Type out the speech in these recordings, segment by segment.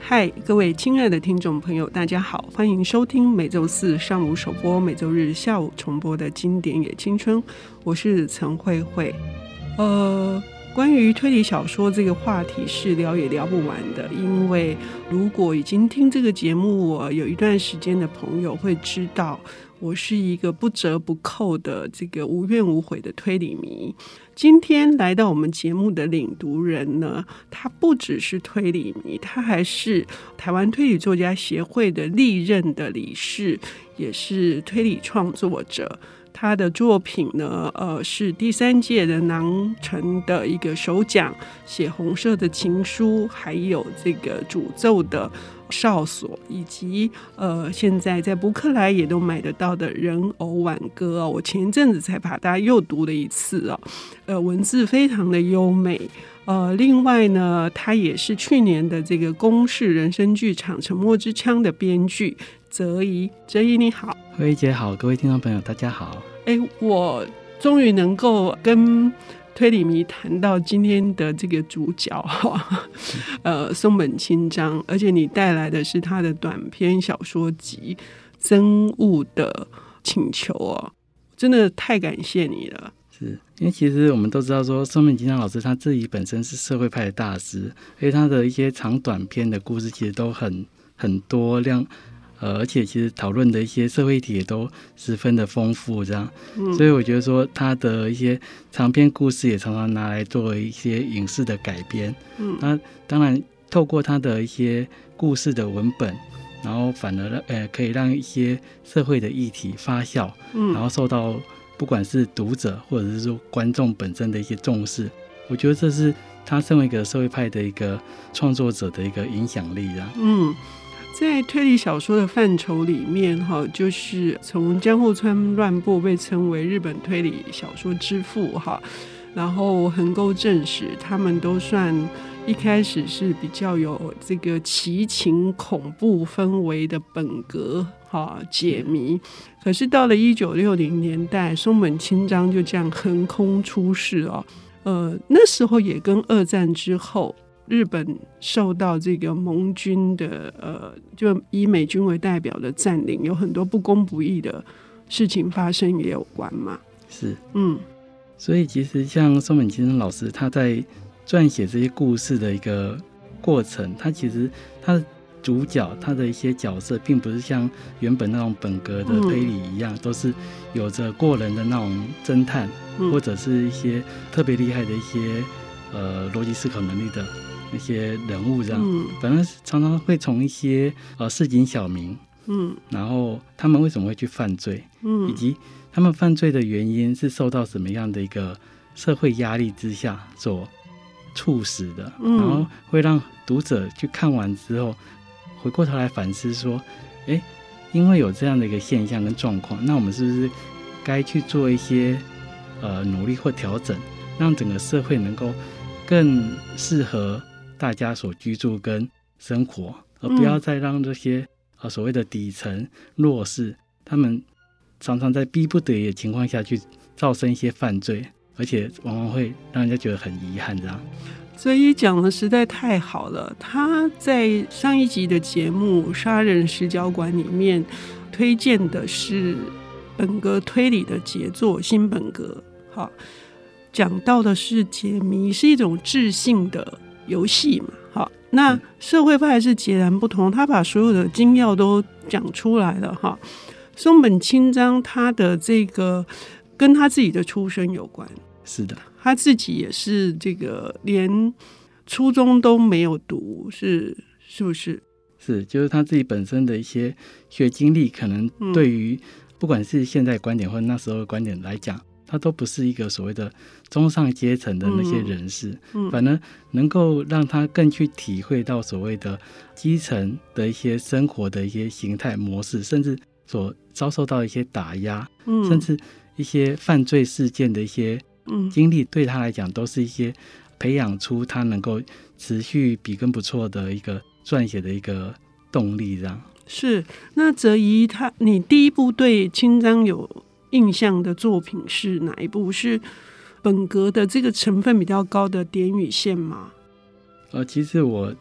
嗨，各位亲爱的听众朋友，大家好，欢迎收听每周四上午首播、每周日下午重播的经典也青春，我是陈慧慧。关于推理小说这个话题是聊也聊不完的，因为如果已经听这个节目我有一段时间的朋友会知道，我是一个不折不扣的这个无怨无悔的推理迷。今天来到我们节目的领读人呢，他不只是推理迷，他还是台湾推理作家协会的历任的理事，也是推理创作者。他的作品呢，是第3届的囊城的一个首奖，血红色的情书，还有这个诅咒的哨所，以及现在在博客来也都买得到的人偶挽歌哦。我前一阵子才把它又读了一次哦，文字非常的优美。另外呢，他也是去年的这个公视人生剧场《沉默之枪》的编剧泽怡。泽怡你好。 慧姐好，各位听众朋友大家好。 我终于能够跟推理迷谈到今天的这个主角松本清张，而且你带来的是他的短篇小说集《憎恶的请求》哦，真的太感谢你了。 是因为其实我们都知道说松本清张老师他自己本身是社会派的大师，而且他的一些长短篇的故事其实都很多量，而且其实讨论的一些社会议题也都十分的丰富这样，所以我觉得说他的一些长篇故事也常常拿来作为一些影视的改编。那当然透过他的一些故事的文本，然后反而可以让一些社会的议题发酵，然后受到不管是读者或者是说观众本身的一些重视。我觉得这是他身为一个社会派的一个创作者的一个影响力这样。 在推理小说的范畴里面，就是从江户川乱步被称为日本推理小说之父，然后横沟正史他们都算一开始是比较有这个奇情恐怖氛围的本格解谜。可是到了1960年代，松本清张就这样横空出世那时候也跟二战之后日本受到这个盟军的就以美军为代表的占领，有很多不公不义的事情发生也有关嘛。 是，所以其实像松本清张老师他在撰写这些故事的一个过程，他其实他的主角他的一些角色并不是像原本那种本格的推理一样，都是有着过人的那种侦探，或者是一些特别厉害的一些逻辑思考能力的那些人物这样，反正常常会从一些市井小民，然后他们为什么会去犯罪，以及他们犯罪的原因是受到什么样的一个社会压力之下所促使的，然后会让读者去看完之后回过头来反思说，因为有这样的一个现象跟状况，那我们是不是该去做一些努力或调整，让整个社会能够更适合大家所居住跟生活，而不要再让这些所谓的底层弱势，他们常常在逼不得已的情况下去造成一些犯罪，而且往往会让人家觉得很遗憾这样。 所以讲的实在太好了。他在上一集的节目《杀人实交馆》里面推荐的是本格推理的杰作新本格，讲到的是解谜是一种智性的游戏嘛，那社会派是截然不同，他把所有的精要都讲出来了松本清张他的这个跟他自己的出身有关。 是的， 他自己也是这个连初中都没有读，是不是？ 是，就是他自己本身的一些学经历，可能对于不管是现在观点或那时候的观点来讲，他都不是一个所谓的中上阶层的那些人士，反而能够让他更去体会到所谓的基层的一些生活的一些形态模式，甚至所遭受到一些打压，甚至一些犯罪事件的一些经历，对他来讲都是一些培养出他能够持续笔耕不辍的一个撰写的一个动力这样。 是，那泽怡你第一部对清张有印象的作品是哪一部？是本格的这个成分比较高的点与线吗？ 其实我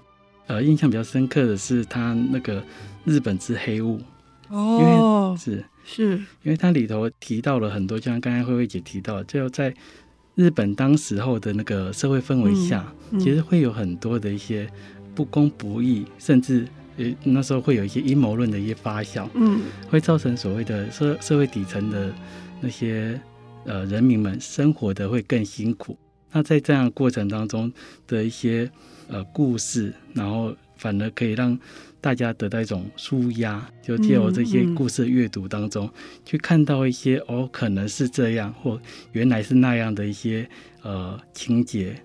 印象比较深刻的是他那个日本之黑雾。 哦， 因为它里头提到了很多，就像刚才慧慧姐提到的，就在日本当时候的那个社会氛围下，其实会有很多的一些不公不义，甚至那时候会有一些阴谋论的一些发酵，会造成所谓的社会底层的那些人民们生活的会更辛苦。那在这样的过程当中的一些故事，然后反而可以让大家得到一种抒压，就借由这些故事的阅读当中，去看到一些可能是这样，或原来是那样的一些情节。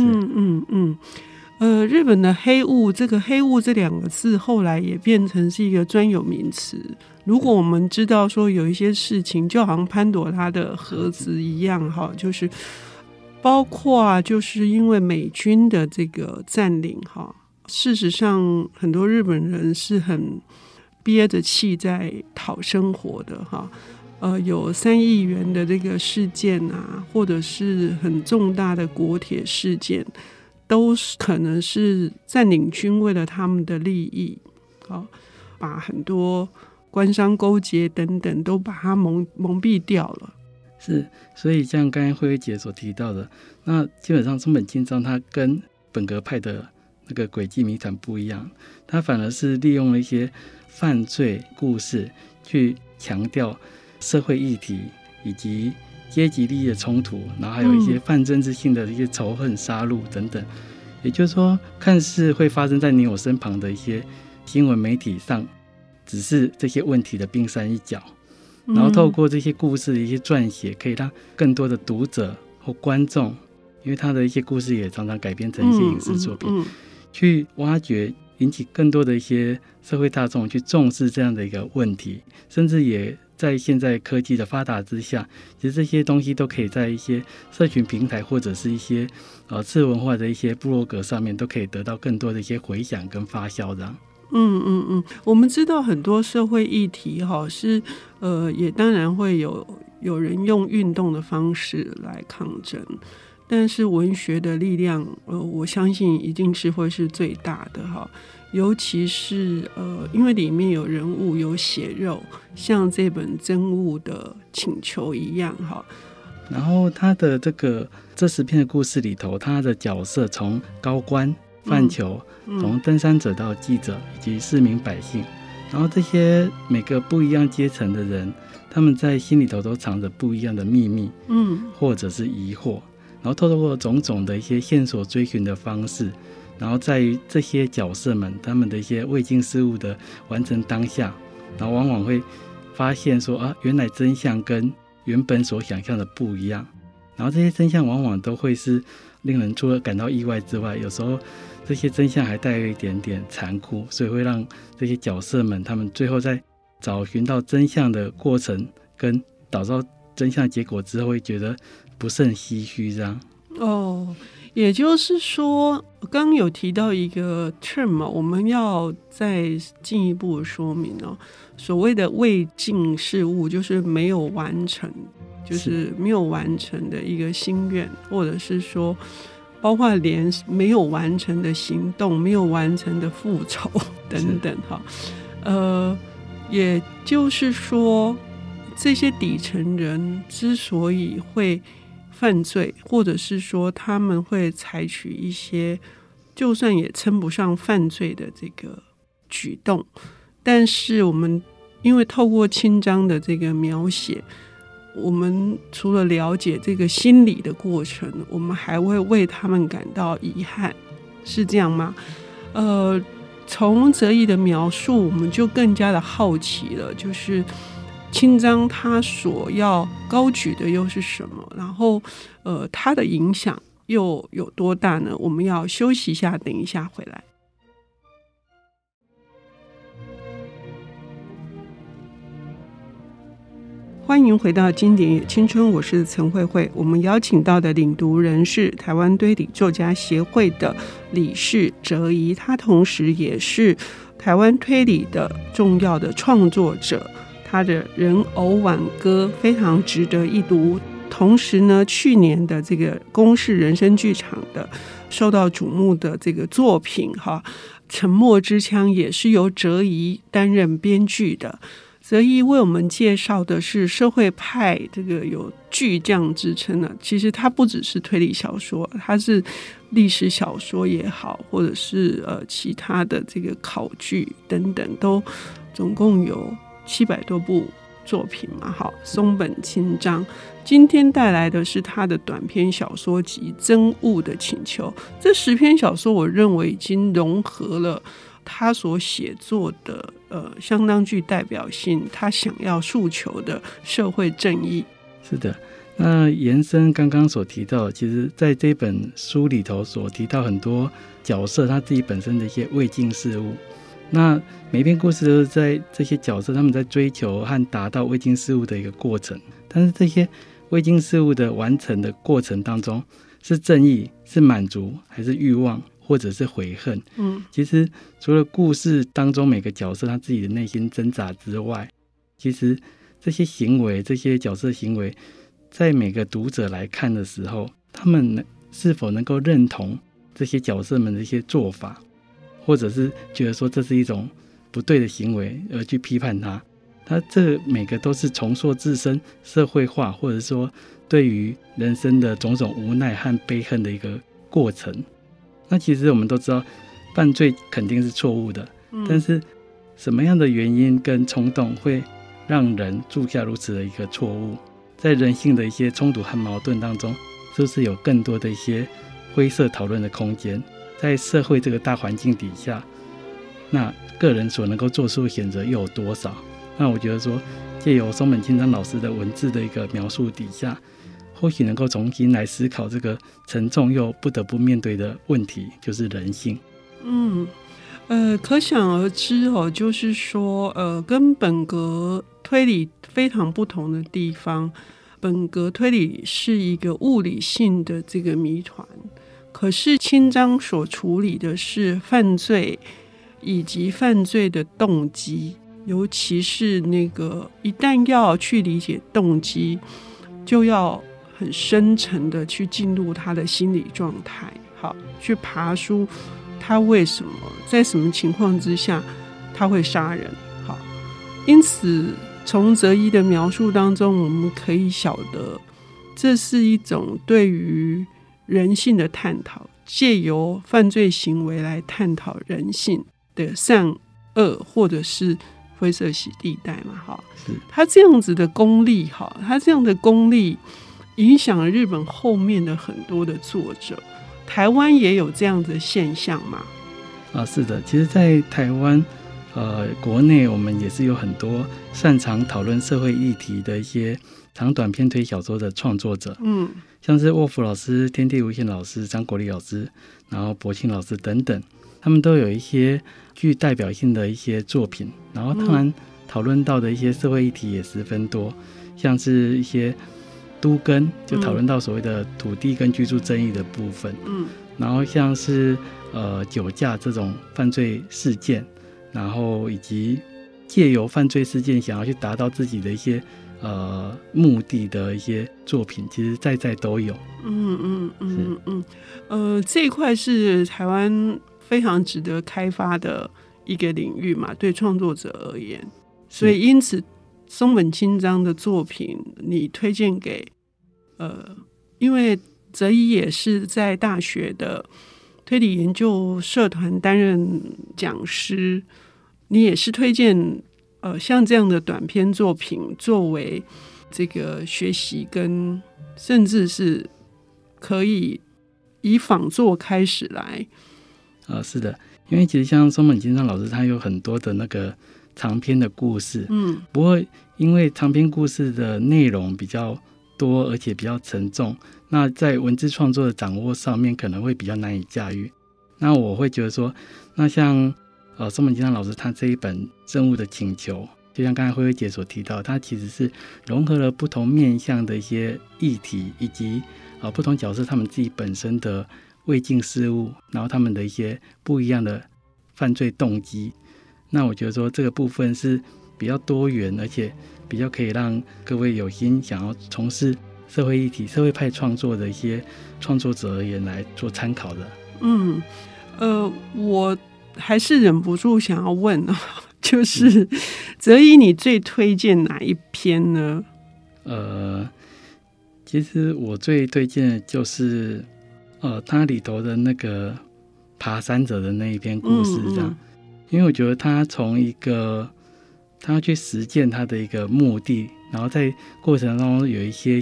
日本的黑雾，这个黑雾这2个字后来也变成是一个专有名词。如果我们知道说有一些事情，就好像潘朵拉的盒子一样哈，就是包括就是因为美军的这个占领哈。事实上很多日本人是很憋着气在讨生活的哈，有3亿元的这个事件啊，或者是很重大的国铁事件，都可能是占领军为了他们的利益，把很多官商勾结等等都把它蒙蔽掉了。 是，所以像刚才慧慧姐所提到的，那基本上松本清张它跟本格派的那个诡计谜团不一样，他反而是利用了一些犯罪故事去强调社会议题以及阶级利益的冲突，然后还有一些泛政治性的一些仇恨杀戮等等。也就是说，看似会发生在你我身旁的一些新闻媒体上，只是这些问题的冰山一角，然后透过这些故事的一些撰写，可以让更多的读者或观众，因为他的一些故事也常常改编成一些影视作品，去挖掘，引起更多的一些社会大众去重视这样的一个问题，甚至也在现在科技的发达之下，其实这些东西都可以在一些社群平台或者是一些次文化的一些部落格上面，都可以得到更多的一些回响跟发酵这样。 我们知道很多社会议题是也当然会有人用运动的方式来抗争，但是文学的力量我相信一定是会是最大的哈，尤其是因为里面有人物有血肉，像这本真悟的请求一样哈。 然后他的这10篇的故事里头，他的角色从高官范畴，从登山者到记者以及市民百姓，然后这些每个不一样阶层的人，他们在心里头都藏着不一样的秘密，或者是疑惑，然后透过种种的一些线索追寻的方式，然后在于这些角色们他们的一些未尽事物的完成当下，然后往往会发现说原来真相跟原本所想象的不一样，然后这些真相往往都会是令人除了感到意外之外，有时候这些真相还带有一点点残酷，所以会让这些角色们他们最后在找寻到真相的过程跟找到真相结果之后，会觉得不甚唏嘘这样。 也就是说刚刚有提到一个 term， 我们要再进一步说明所谓的未尽事物，就是没有完成，就是没有完成的一个心愿，或者是说包括连没有完成的行动，没有完成的复仇等等也就是说这些底层人之所以会犯罪，或者是说他们会采取一些就算也称不上犯罪的这个举动，但是我们因为透过清张的这个描写，我们除了了解这个心理的过程，我们还会为他们感到遗憾，是这样吗？从泽义的描述，我们就更加的好奇了，就是清张他所要高举的又是什么，然后他的影响又有多大呢？我们要休息一下，等一下回来。欢迎回到经典也青春，我是陈慧慧。我们邀请到的领读人是台湾推理作家协会的理事哲怡，他同时也是台湾推理的重要的创作者，他的人偶挽歌非常值得一读。同时呢，去年的这个公视人生剧场的受到瞩目的这个作品沉默之枪》也是由哲怡担任编剧的。泽一为我们介绍的是社会派这个有巨匠之称呢，其实它不只是推理小说，它是历史小说也好，或者是其他的这个考据等等，都总共有700多部作品嘛。好，松本清张今天带来的是他的短篇小说集《憎恶的请求》。这10篇小说，我认为已经融合了他所写作的相当具代表性，他想要诉求的社会正义。 是的，那延伸刚刚所提到，其实在这本书里头所提到很多角色他自己本身的一些未尽事物，那每篇故事都是在这些角色他们在追求和达到未尽事物的一个过程，但是这些未尽事物的完成的过程当中，是正义，是满足，还是欲望，或者是悔恨。其实除了故事当中每个角色他自己的内心挣扎之外，其实这些行为，这些角色行为，在每个读者来看的时候，他们是否能够认同这些角色们的一些做法，或者是觉得说这是一种不对的行为而去批判它。他这每个都是重塑自身社会化，或者说对于人生的种种无奈和悲恨的一个过程。那其实我们都知道犯罪肯定是错误的，但是什么样的原因跟冲动会让人铸下如此的一个错误，在人性的一些冲突和矛盾当中，是不是有更多的一些灰色讨论的空间？在社会这个大环境底下，那个人所能够做出的选择又有多少？那我觉得说，借由松本清张老师的文字的一个描述底下，或许能够重新来思考这个沉重又不得不面对的问题，就是人性。 可想而知就是说跟本格推理非常不同的地方，本格推理是一个物理性的这个谜团，可是清张所处理的是犯罪以及犯罪的动机，尤其是那个一旦要去理解动机，就要很深沉的去进入他的心理状态，好，去爬梳他为什么在什么情况之下他会杀人。好，因此从泽一的描述当中，我们可以晓得这是一种对于人性的探讨，借由犯罪行为来探讨人性的善恶或者是灰色地带嘛。好，他这样子的功力，他这样的功力影响了日本后面的很多的作者。台湾也有这样的现象吗？ 是的，其实在台湾国内我们也是有很多擅长讨论社会议题的一些长短篇推小说的创作者，像是沃夫老师、天地无限老师、张国立老师，然后柏青老师等等，他们都有一些具代表性的一些作品，然后当然讨论到的一些社会议题也十分多，像是一些都更就讨论到所谓的土地跟居住争议的部分，然后像是酒驾这种犯罪事件，然后以及借由犯罪事件想要去达到自己的一些目的的一些作品，其实在都有。 这一块是台湾非常值得开发的一个领域嘛，对创作者而言。所以因此松本清张的作品你推荐给因为泽一也是在大学的推理研究社团担任讲师，你也是推荐像这样的短篇作品作为这个学习跟甚至是可以以仿作开始来。 是的，因为其实像松本清张老师他有很多的那个长篇的故事，不过因为长篇故事的内容比较多而且比较沉重，那在文字创作的掌握上面可能会比较难以驾驭。那我会觉得说，那像松本清张老师他这一本《憎恶的请求》，就像刚才慧慧姐所提到，它其实是融合了不同面向的一些议题，以及不同角色他们自己本身的未尽事物，然后他们的一些不一样的犯罪动机。那我觉得说这个部分是比较多元，而且比较可以让各位有心想要从事社会议题、社会派创作的一些创作者而言来做参考的。 我还是忍不住想要问就是哲一你最推荐哪一篇呢？ 其实我最推荐的就是它里头的那个爬山者的那一篇故事这样。因为我觉得他从一个他要去实践他的一个目的，然后在过程当中有一些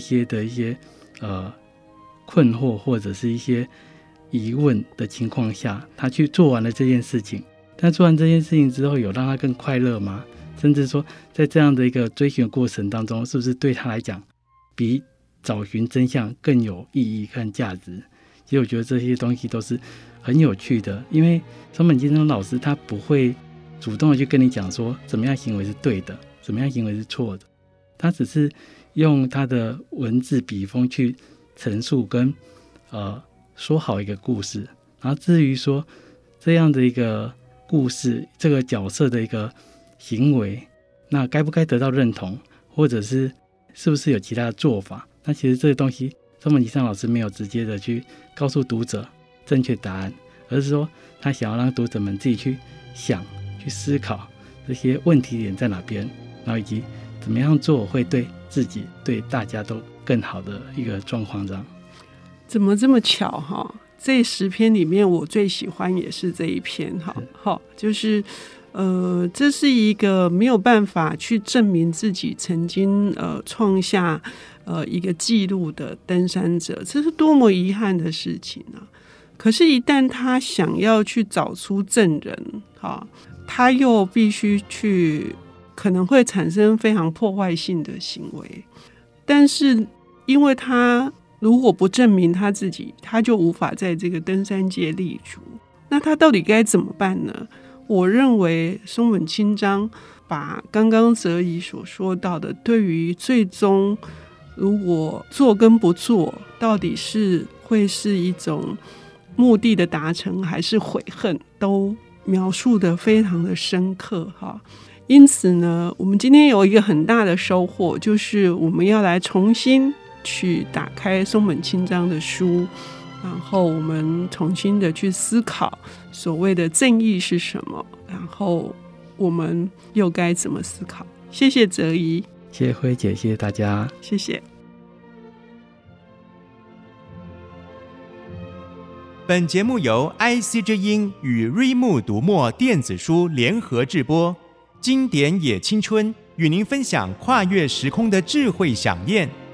困惑或者是一些疑问的情况下，他去做完了这件事情。但做完这件事情之后，有让他更快乐吗？甚至说在这样的一个追寻过程当中，是不是对他来讲比找寻真相更有意义跟价值？其实我觉得这些东西都是很有趣的，因为松本清张老师他不会主动的去跟你讲说怎么样行为是对的，怎么样行为是错的，他只是用他的文字笔锋去陈述跟说好一个故事。然后至于说这样的一个故事，这个角色的一个行为，那该不该得到认同，或者是不是有其他的做法，那其实这个东西松本清张老师没有直接的去告诉读者正确答案，而是说他想要让读者们自己去想去思考这些问题点在哪边，然后以及怎么样做会对自己对大家都更好的一个状况。这样怎么这么巧哈？这10篇里面我最喜欢也是这一篇哈，就是这是一个没有办法去证明自己曾经创下一个记录的登山者，这是多么遗憾的事情啊！可是，一旦他想要去找出证人，他又必须去，可能会产生非常破坏性的行为。但是，因为他如果不证明他自己，他就无法在这个登山界立足。那他到底该怎么办呢？我认为松本清张把刚刚哲一所说到的，对于最终如果做跟不做，到底是会是一种目的的达成还是悔恨，都描述得非常的深刻哈。因此呢，我们今天有一个很大的收获，就是我们要来重新去打开松本清张的书，然后我们重新的去思考所谓的正义是什么，然后我们又该怎么思考。谢谢哲一， 谢谢辉姐，谢谢大家， 谢谢。 本节目由 IC 之音与瑞木读墨电子书联合制播，经典也青春与您分享跨越时空的智慧饗宴。